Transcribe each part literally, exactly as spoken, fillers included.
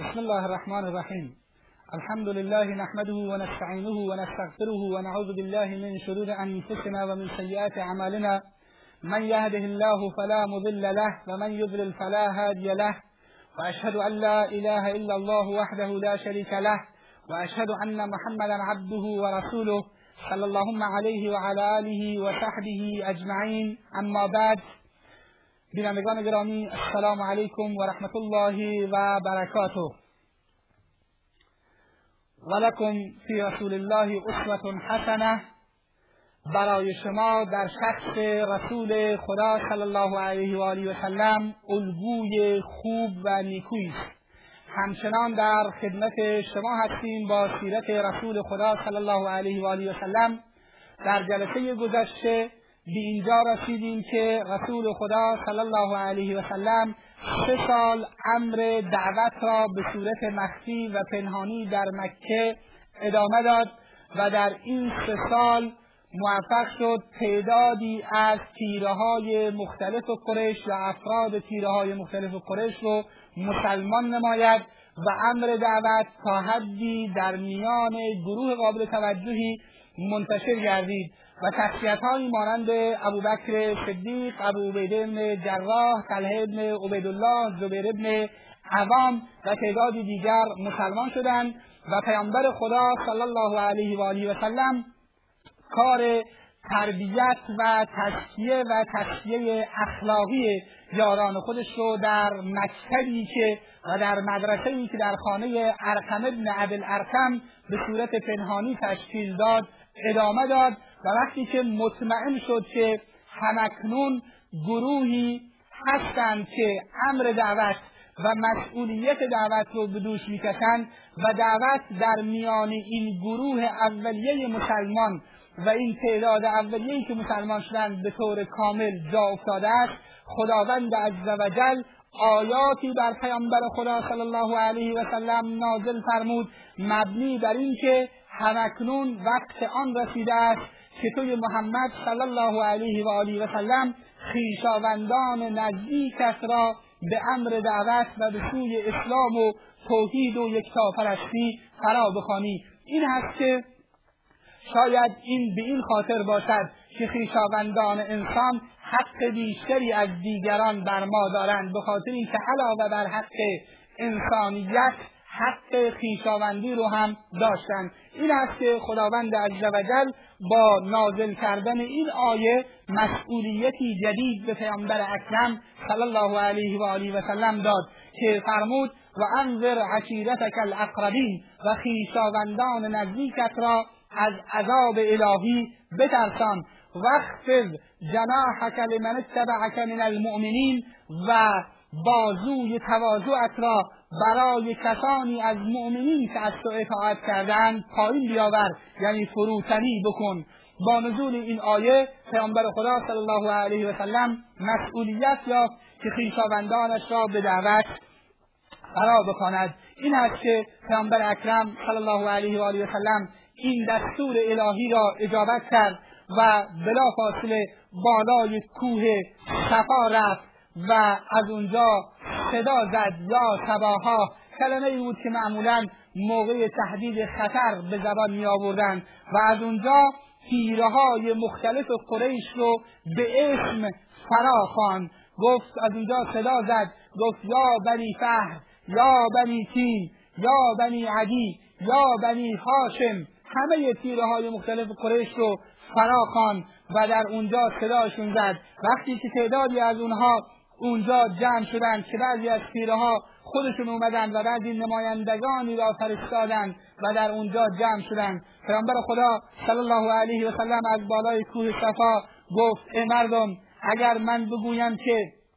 بسم الله الرحمن الرحیم. الحمد لله نحمده و نستعینه و نستغفره و نعوذ بالله من شرور انفسنا و من سیئات اعمالنا. من یهده الله فلا مضل له و من یضلل فلا هادی له و اشهد ان لا اله الا الله وحده لا شریک له و اشهد ان محمدا عبده و رسوله صلی الله علیه و علی آله و صحبه اجمعین. اما بعد، بینندگان گرامی، السلام علیکم و رحمت الله و برکاته. ولکم فی رسول الله اسوة حسنه. برای شما در شخص رسول خدا صلی الله علیه و آله و سلم الگوی خوب و نیکویی است. همچنان در خدمت شما هستیم با سیرت رسول خدا صلی الله علیه و آله و سلم. در جلسه گذشته به اینجا رسیدیم که رسول خدا صلی الله علیه و سلم سه سال امر دعوت را به صورت مخفی و پنهانی در مکه ادامه داد و در این سه سال موفق شد تعدادی از تیره‌های مختلف قریش و افراد تیره‌های مختلف قریش رو مسلمان نماید و امر دعوت تا حدی در میان گروه قابل توجهی منتشر گردید و شخصیت‌هایی مانند ابوبکر صدیق، ابو عبیده بن جراح، طلحه بن عبیدالله، زبیر بن عوام و تعدادی دیگر مسلمان شدند و پیامبر خدا صلی الله علیه و آله و سلم کار تربیت و تزکیه و تزکیه اخلاقی یاران خودش رو در مکتبی که و در مدرسه‌ای که در خانه ارقم ابن ابوالارقم به صورت پنهانی تشکیل داد ادامه داد و وقتی که مطمئن شد که همکنون گروهی هستند که امر دعوت و مسئولیت دعوت رو به دوش میکشند و دعوت در میان این گروه اولیه مسلمان و این تعداد اولیه‌ای که مسلمان شدند به طور کامل جا افتاده است، خداوند عزوجل آیاتی بر پیامبر خدا صلی الله علیه و سلم نازل فرمود مبنی بر این که همکنون وقت آن رسیده است که توی محمد صلی الله علیه و آله و سلم خویشاوندان نزدیکت را به امر دعوت و به سوی اسلام و توحید و یکتاپرستی فرا بخوانی. این هست که شاید این به این خاطر باشد که خویشاوندان انسان حق بیشتری از دیگران بر ما دارند، به خاطر اینکه علاوه بر حق انسانیت حق خویشاوندی رو هم داشتند. این است که خداوند عزوجل با نازل کردن این آیه مسئولیتی جدید به پیامبر اکرم صلی الله علیه و آله و سلم داد که فرمود و انذر عشیرتک الاقربین و خویشاوندان نزدیکت را از عذاب الهی بترسان واخفض جناحک لمن اتبعک من المؤمنین و بازوی تواضعت را برای کسانی از مؤمنین که از تو اطاعت کردند پایین بیاور، یعنی فروتنی بکن. با نزول این آیه پیامبر خدا صلی الله علیه و سلم مسئولیت یافت که خویشاوندانش را به دعوت فرا بخواند. این است که پیامبر اکرم صلی الله علیه و آله و سلم این دستور الهی را اجابت کرد و بلافاصله بالای کوه صفا رفت و از اونجا صدا زد یا صباها، کلمه ای بود که معمولا موقع تهدید خطر به زبان می آوردن و از اونجا تیره‌های مختلف قریش رو به اسم فرا خواند. گفت از اونجا صدا زد، گفت یا بنی فهر، یا بنی تیم، یا بنی عدی، یا بنی هاشم، همه تیره‌های مختلف قریش رو فرا خواند و در اونجا صداشون زد. وقتی که تعدادی از اونها اونجا جمع شدند که بعضی از تیره‌ها خودشون اومدن و بعضی نمایندگانی را فرستادند و در اونجا جمع شدند. پیامبر خدا صلی الله علیه و سلم از بالای کوه صفا گفت ای مردم، اگر من بگویم که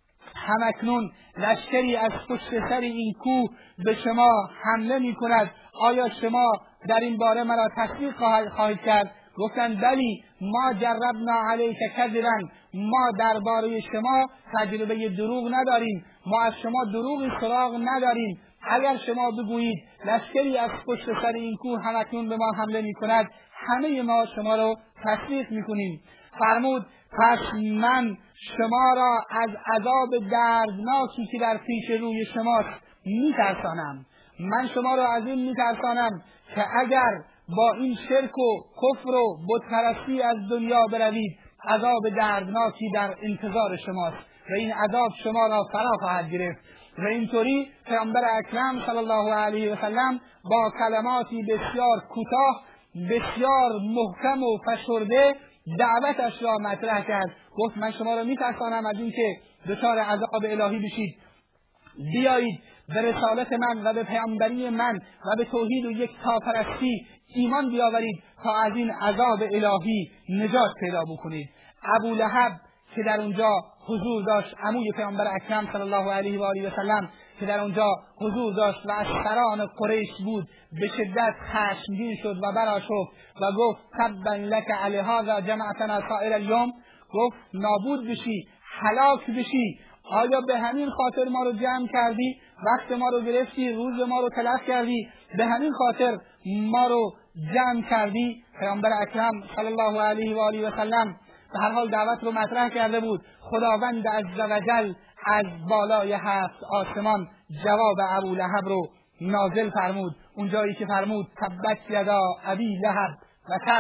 همکنون لشکری از پشت سر این کوه به شما حمله می کند، آیا شما در این باره مرا تصدیق خواهید کرد؟ گفتند بلی، ما جربنا علیک کذبا، ما درباره شما تجربه دروغ نداریم، ما از شما دروغی سراغ نداریم. اگر شما بگویید لشکری از پشت سر این کوه همکنون به ما حمله می کند، همه ما شما رو تصدیق می کنیم. فرمود پس من شما را از عذاب دردناکی که در پیش روی شماست میترسانم من شما را از این میترسانم که اگر با این شرک و کفر و بتپرستی از دنیا بروید عذاب دردناکی در انتظار شماست و این عذاب شما را فرا خواهد گرفت. و اینطوری پیامبر اکرم صلی الله علیه و سلم با کلماتی بسیار کوتاه بسیار محکم و فشرده دعوتش را مطرح کرد. گفت من شما را میترسانم از این که دچار عذاب الهی بشید، بیایید به رسالت من و به پیامبری من و به توحید و یکتاپرستی ایمان بیاورید تا از این عذاب الهی نجات پیدا بکنید. ابو لهب که در اونجا حضور داشت، عموی پیامبر اکرم صلی الله علیه و آله و سلم که در اونجا حضور داشت و از سران قریش بود، به شدت خشمگین شد و برآشفت و گفت تبا لک علی هذا جمعتنا سائر اليوم، گفت نابود بشی، هلاک بشی، آیا به همین خاطر ما رو جمع کردی، وقت ما رو گرفتی، روز ما رو تلف کردی، به همین خاطر ما رو جمع کردی؟ پیامبر اکرم صلی الله علیه و آله و سلم به هر حال دعوت رو مطرح کرده بود. خداوند عزوجل از بالای هفت آسمان جواب ابو لهب رو نازل فرمود، اونجایی که فرمود تبت یدا ابی لهب و تب،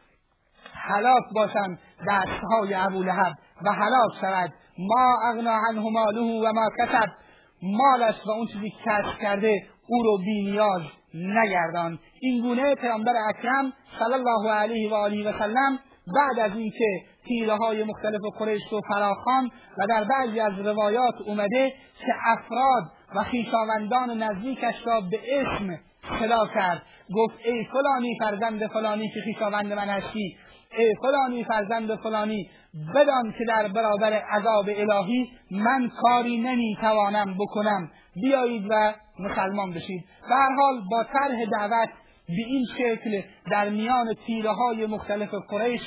هلاک باشند دستهای ابو لهب و هلاک شود، ما اغنا عنه ماله و ما کسب، مالش و اون چیزی که کسب کرده او رو بی نیاز نگردان. این گونه پیامبر اکرم صلی الله علیه و آله و سلم بعد از اینکه حیله‌های مختلف قریش رو فراخواند و در بعضی از روایات اومده که افراد و خویشاوندان نزدیکش را به اسم صدا کرد، گفت ای فلانی فرزند فلانی که خویشاوند من هستی، ای فلانی فرزند فلانی، بدان که در برابر عذاب الهی من کاری نمیتوانم بکنم، بیایید و مسلمان بشید. به هر حال با طرح دعوت به این شکل در میان تیره‌های مختلف قریش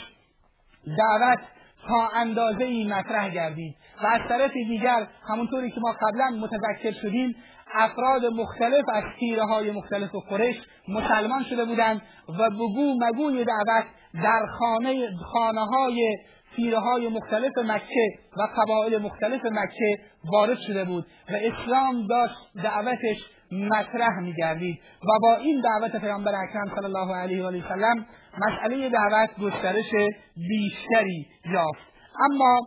دعوت تا اندازه‌ای مطرح گردید و از طرف دیگر همونطوری که ما قبلا متذکر شدیم افراد مختلف از تیره‌های مختلف قریش مسلمان شده بودند و بگو مگوی دعوت در خانه خانه‌های تیره‌های مختلف مکه و قبایل مختلف مکه وارد شده بود و اسلام داشت دعوتش مطرح می‌گردید و با این دعوت پیامبر اکرم صلی الله علیه و آله و سلم مسئله دعوت گسترش بیشتری یافت. اما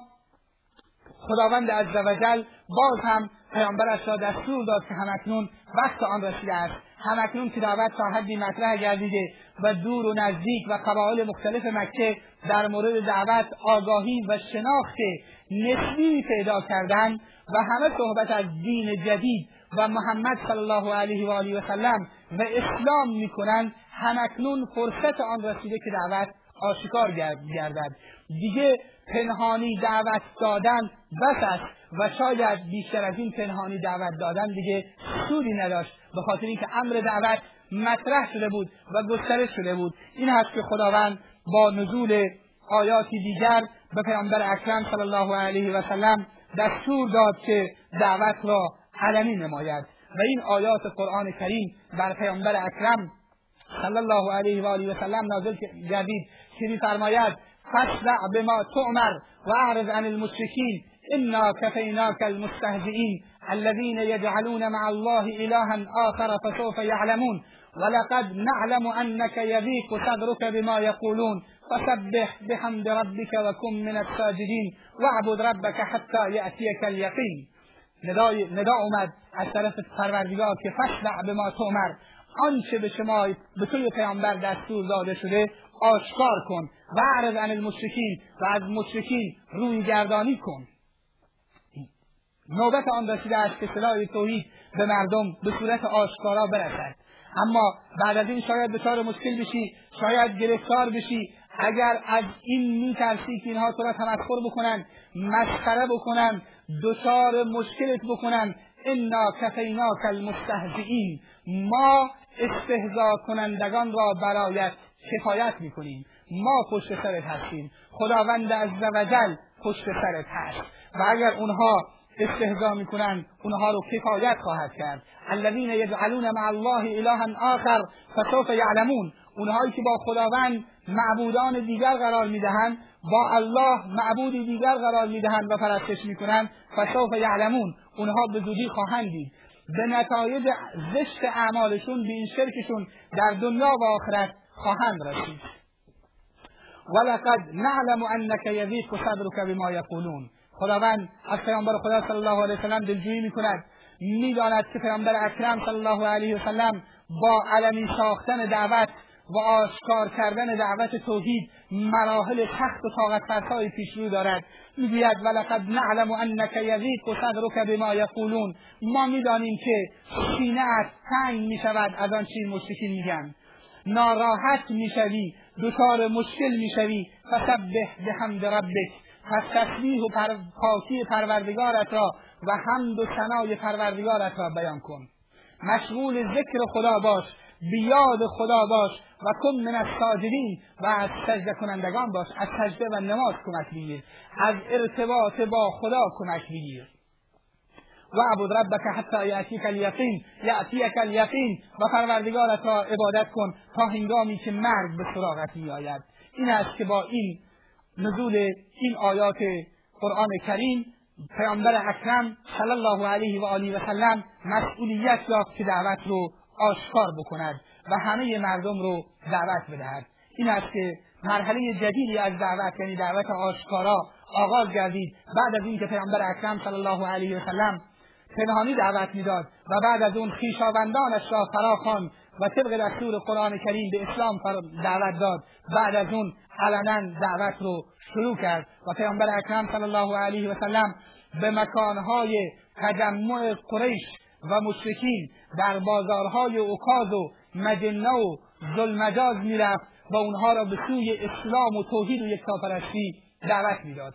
خداوند عزوجل باز هم پیامبرش را دستور داد که همکنون وقت آن رسیده است، همکنون که دعوت تا حدی مطرح گردیده و دور و نزدیک و قبایل مختلف مکه در مورد دعوت آگاهی و شناخت نسبی پیدا کردند و همه صحبت از دین جدید و محمد صلی الله علیه و آله و سلم و اسلام میکنند، همکنون فرصت آن رسیده که دعوت آشکار گردد. دیگه پنهانی دعوت دادن بس است و شاید بیشتر از این پنهانی دعوت دادن دیگه سودی نداشت، به خاطر اینکه امر دعوت مطرح شده بود و گسترش شده بود. این هست که خداوند با نزول آیاتی دیگر به پیامبر اکرم صلی الله علیه و سلم دستور داد که دعوت را علنی نماید و این آیات قرآن کریم بر پیامبر اکرم صلی الله علیه و آله و سلم نازل گردید که می‌فرماید فاصدع بما تؤمر و اعرض عن المشرکین انا کفیناک المستهزئین الذین یجعلون مع الله الها آخر فسوف یعلمون ولقد نعلم انك یضیق صدرك بما یقولون فسبح بحمد ربك وکن من الساجدین واعبد ربك حتی یأتیک الیقین. ندا اومد از طرف پروردگار که فاصدع بما تؤمر، آنچه به شما به توی پیامبر دستور داده شده آشکار کن و اعرض عن المشرکین و از مشرکین روی گردانی کن. نوبت آن رسیده است که صدای توحید به مردم به صورت آشکارا برسد، اما بعد از این شاید دچار مشکل بشی، شاید گرفتار بشی. اگر از این میترسی که اینها تو را تمسخر بکنن، مسخره بکنن، دچار مشکلت بکنن، انا کفیناک المستهزئین، ما استهزا کنندگان را برایت کفایت میکنیم، ما پشت سرت هستیم، خداوند عزوجل پشت سرت هست و اگر اونها استهزا میکنن اونها رو کفایت خواهد کرد. الذین یجعلون مع الله الها آخر فسوف یعلمون، اونهایی که با خداوند معبودان دیگر قرار میدهند، با الله معبودی دیگر قرار میدهند و پرستش میکنند، فسوف یعلمون، اونها به زودی خواهند دید. به نتایج زشت اعمالشون، به این شرکشون در دنیا و آخرت خواهند رسید. ولقد نعلم انک یضیق صدرک بما یقولون. خداوند از پیامبر خدا صلی الله علیه و سلم دلجویی میکند، میداند که پیامبر اکرم صلی الله علیه و سلم با علنی ساختن دعوت و آشکار کردن دعوت توحید مراحل سخت و طاقت فرسایی پیش رو دارد. میگوید ولقد نعلم انک یضیق صدرک بما یقولون. ما میدانیم که سینه‌ات تنگ میشود از آن چیزی مشرکین میگن، ناراحت میشوی، دچار مشکل میشوی. فسبح بحمد ربک، پس تسبیح و پر... پاکی پروردگارت را و حمد و ثنای پروردگارت را بیان کن. مشغول ذکر خدا باش، بیاد خدا باش و کن من الساجدین، و از سجده کنندگان باش. از سجده و نماز کمک بگیر، از ارتباط با خدا کمک بگیر. و عبد ربک حتی یأتیک الیقین، یأتیک الیقین، و پروردگارت را عبادت کن تا هنگامی که مرگ به سراغت می آید. این است که با این نزول این آیات قرآن کریم پیامبر اکرم صلی الله علیه و آله و سلم مسئولیت یافت که دعوت رو آشکار بکند و همه مردم رو دعوت بدهد. این است که مرحله جدیدی از دعوت، یعنی دعوت آشکارا آغاز گردید بعد از اینکه پیامبر اکرم صلی الله علیه و سلم پنهانی دعوت میداد و بعد از اون خویشاوندانش را فراخواند و طبق دستور قرآن کریم به اسلام دعوت داد. بعد از اون علنا دعوت رو شروع کرد و پیامبر اکرم صلی الله علیه و سلم به مکانهای تجمع قریش و مشرکین در بازارهای عکاظ و مجنه و ذوالمجاز میرفت و اونها را به سوی اسلام و توحید و یکتاپرستی دعوت میداد.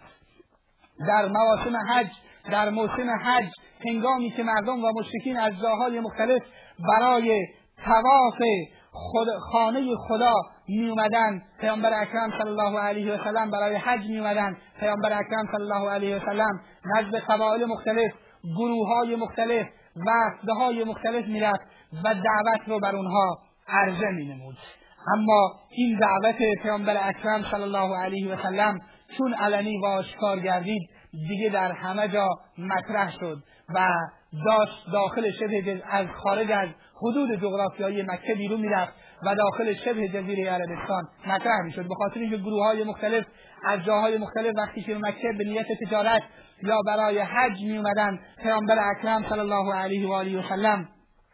در مواسم حج، در موسم حج، هنگامی که مردم و مشرکین از جاهای مختلف برای طواف خود خانه خدا می اومدن، پیامبر اکرم صلی الله علیه و سلم برای حج می اومدن. پیامبر اکرم صلی الله علیه و سلم نزد قبایل مختلف، گروه‌های مختلف، وفدهای مختلف میرفت و دعوت رو بر اونها عرضه می نمود. اما این دعوت پیامبر اکرم صلی الله علیه و سلم چون علنی و آشکار گردید، دیگه در همه جا مطرح شد و داشت داخل شبه از خارج از حدود جغرافیایی مکه بیرون میرفت و داخل شبه جزیره عربستان مطرح میشد، به خاطر اینکه گروه‌های مختلف از جاهای مختلف وقتی که مکه به نیت تجارت یا برای حج می اومدن، پیامبر اکرم صلی الله علیه و آله و سلم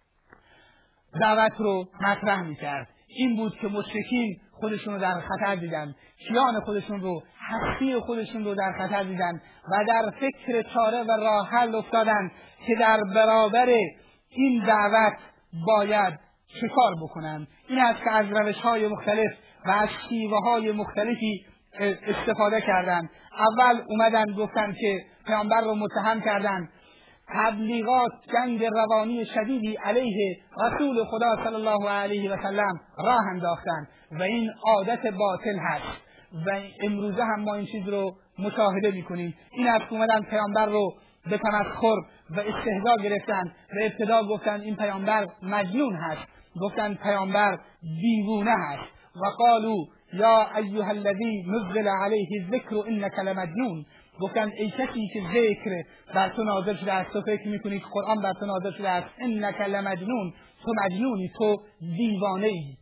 دعوت رو مطرح میکرد. این بود که مشرکین خودشون رو در خطر دیدن، کیان خودشون رو، هستی خودشون رو در خطر دیدن و در فکر چاره و راه حل افتادن که در برابر این دعوت باید چیکار بکنن. این است که از روش‌های مختلف و از شیوه‌های مختلفی استفاده کردن. اول اومدن گفتن که پیامبر رو متهم کردن، تبلیغات جنگ روانی شدیدی علیه رسول خدا صلی الله علیه و سلم راه انداختن و این عادت باطل هست و امروزه هم ما این چیز رو مشاهده میکنیم. این است که اومدن پیامبر رو به تمسخر و استهزا گرفتن و ابتدا گفتن این پیامبر مجنون هست، گفتن پیامبر دیوانه هست و قالو یا ایها الذی نزل علیه الذکر انک لمجنون. گفتن ای کسی که ذکر بر تو نازل شده است، تو فکر میکنی که قرآن بر تو نازل شده است، انک لمجنون، تو مجنونی، تو دیوانه ای.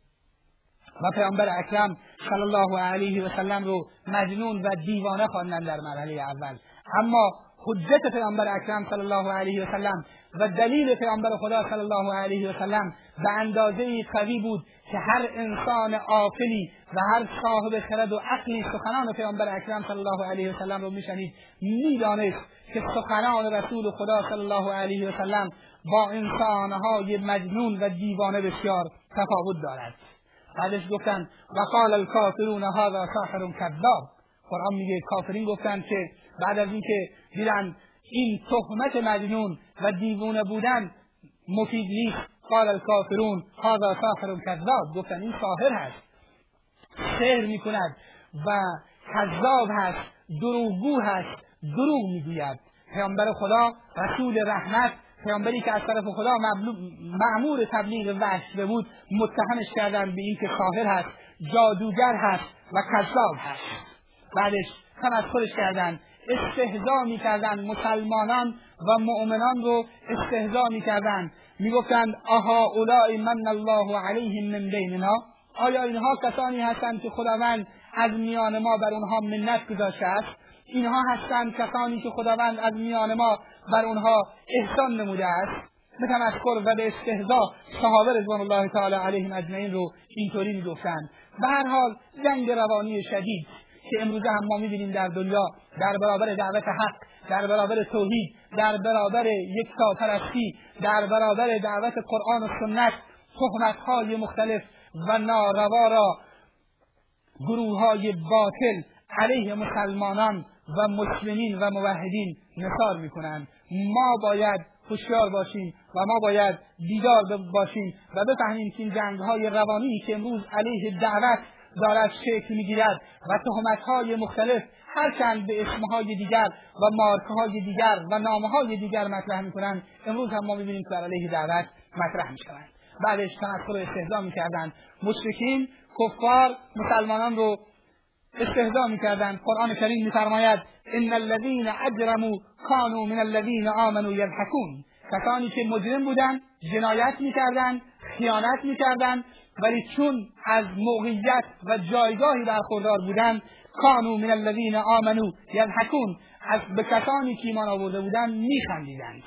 و پیامبر اکرم صلی الله علیه و سلم رو مجنون و دیوانه خواندن در مرحله اول. اما حجت پیامبر اکرم صلی الله علیه و سلم و دلیل پیامبر خدا صلی الله علیه و سلم به اندازه‌ای قوی بود که هر انسان عاقلی و هر صاحب خرد و عقلی سخنان پیامبر اکرم صلی الله علیه و سلم رو میشنید، میدانست که سخنان رسول خدا صلی الله علیه و سلم با انسانهای مجنون و دیوانه بسیار تفاوت دارد. بعدش گفتن وقال الکافرون هذا ساحر کذاب. قرآن میگه کافرین گفتن که بعد از اینکه دیدن این تهمت مجنون و دیوانه بودن مفید نیست، قال الکافرون هذا ساحر کذاب، گفتن این ساحر هست، سحر میکند و کذاب هست، دروغگو هست، دروغ میگوید. پیامبر خدا، رسول رحمت، پیامبری که از طرف خدا مأمور تبلیغ وحی بود، متهمش کردن به این که ساحر هست، جادوگر هست و کذاب هست. بعدش تمسخرش کردن، استهزا میکردند، مسلمانان و مؤمنان رو استهزا میکردند، میگفتند آها اولائی من الله علیهم من بیننا، آیا اینها کسانی هستند که خداوند از میان ما بر اونها منت گذاشته است؟ اینها هستند کسانی که خداوند از میان ما بر اونها احسان نموده است؟ به تمسخر و به استهزا صحابه رضوان الله تعالی علیهم اجمعین رو اینطوری میگفتند. به هر حال جنگ روانی شدید که امروزه هم ما میبینیم در دنیا در برابر دعوت حق، در برابر توحید، در برابر یکتاپرستی، در برابر دعوت قرآن و سنت، تهمت‌های مختلف و ناروا را گروه‌های باطل علیه مسلمانان و مسلمین و موحدین نثار میکنند. ما باید هوشیار باشیم و ما باید بیدار باشیم و بفهمیم که این جنگ‌های روانی که امروز علیه دعوت دارد شکل میگیرد و تهمت‌های مختلف هرچند به اسمهای دیگر و مارکه‌های دیگر و نامه‌های دیگر مطرح میکنند، امروز هم ما میبینیم که در علیه دعوت مطرح میشوند. بعدش تمسخر و استهزا میکردند. مشرکین کفار مسلمانان رو استهزا میکردند. قرآن کریم میفرماید ان الذين اجرموا كانوا من الذين آمنوا يضحكون، کسانی که مجرم بودند جنایت میکردند، خیانت میکردند، ولی چون از موقعیت و جایگاهی برخوردار بودند كانوا من الذين آمنوا يضحكون، از به کسانی که ایمان آورده بودند میخندیدند.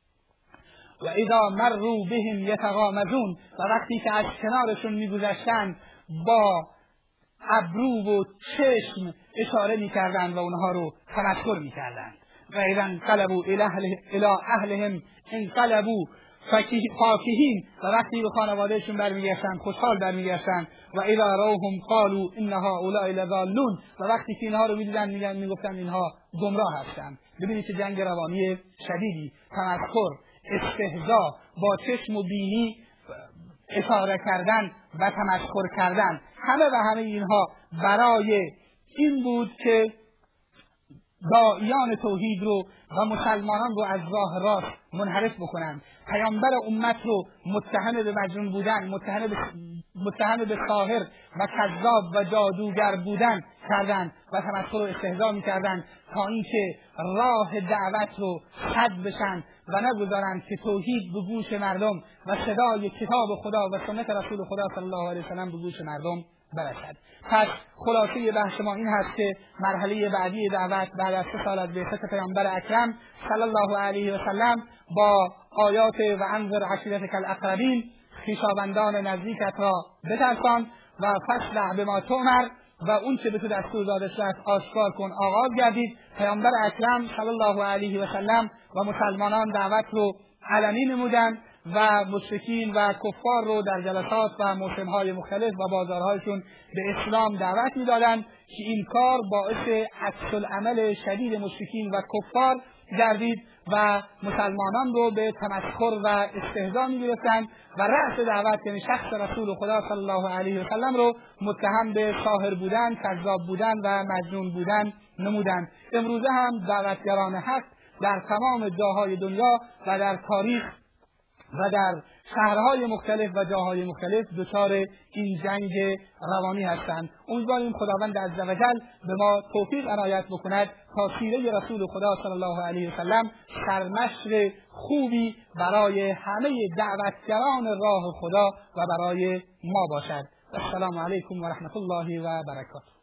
و اذا مروا بهم یتغامزون، و وقتی که از کنارشون میگذشتند با ابرو و چشم اشاره میکردند و اونها رو تمسخر میکردند. و اذا انقلبوا الی اهلهم انقلبوا فاکهین، و وقتی به خانوادهشون برمیگشتند خوشحال برمیگشتند. و اذا رأوهم قالوا ان هؤلاء لضالون، و وقتی که اینها رو میدیدند میگن میگفتند اینها گمراه هستند. ببینید چه جنگ روانی شدیدی، تمسخر، استهزا، با چشم و بینی اشاره کردن و تمسخر کردن، همه و همه اینها برای این بود که داعیان توحید رو و مسلمانان رو از راه راست منحرف بکنند. پیامبر امت رو متهم به مجنون بودن، متهم به متهم به ساحر و کذاب و جادوگر بودن کردند و تمسخر و استهزا می‌کردند تا اینکه راه دعوت رو سد بشن و نگذارند که توحید به گوش مردم و صدای کتاب خدا و سنت رسول خدا صلی الله علیه و سلم به گوش مردم برسد. پس خلاصه بحث ما این هست که مرحله بعدی دعوت بعد از سه سال از بعثت پیامبر اکرم صلی الله علیه و سلم با آیات و انذر عشیرتک الاقربین، خویشاوندان نزدیکت را بترسان و فاصدع بما تؤمر، و اون چه به تو دستور داده شده آشکار کن، آغاز گردید. پیامبر اکرم صلی الله علیه و سلم و مسلمانان دعوت رو علنی نمودند و مشرکین و کفار رو در جلسات و موسم‌های مختلف و بازارهایشون به اسلام دعوت می‌دادند که این کار باعث عکس العمل شدید مشرکین و کفار گردید و مسلمانان رو به تمسخر و استهزا می‌گرفتند و رأس دعوت یعنی شخص رسول خدا صلی الله علیه و سلم رو متهم به ساحر بودن، کذاب بودن و مجنون بودن نمودند. امروزه هم دعوتگران حق در تمام جاهای دنیا و در تاریخ و در شهرهای مختلف و جاهای مختلف دچار این جنگ روانی هستند. امیدواریم خداوند عزوجل به ما توفیق عنایت بکند تا سیره رسول خدا صلی الله علیه و سلم سرمشق خوبی برای همه دعوتگران راه خدا و برای ما باشد. السلام علیکم و رحمت الله و برکاته.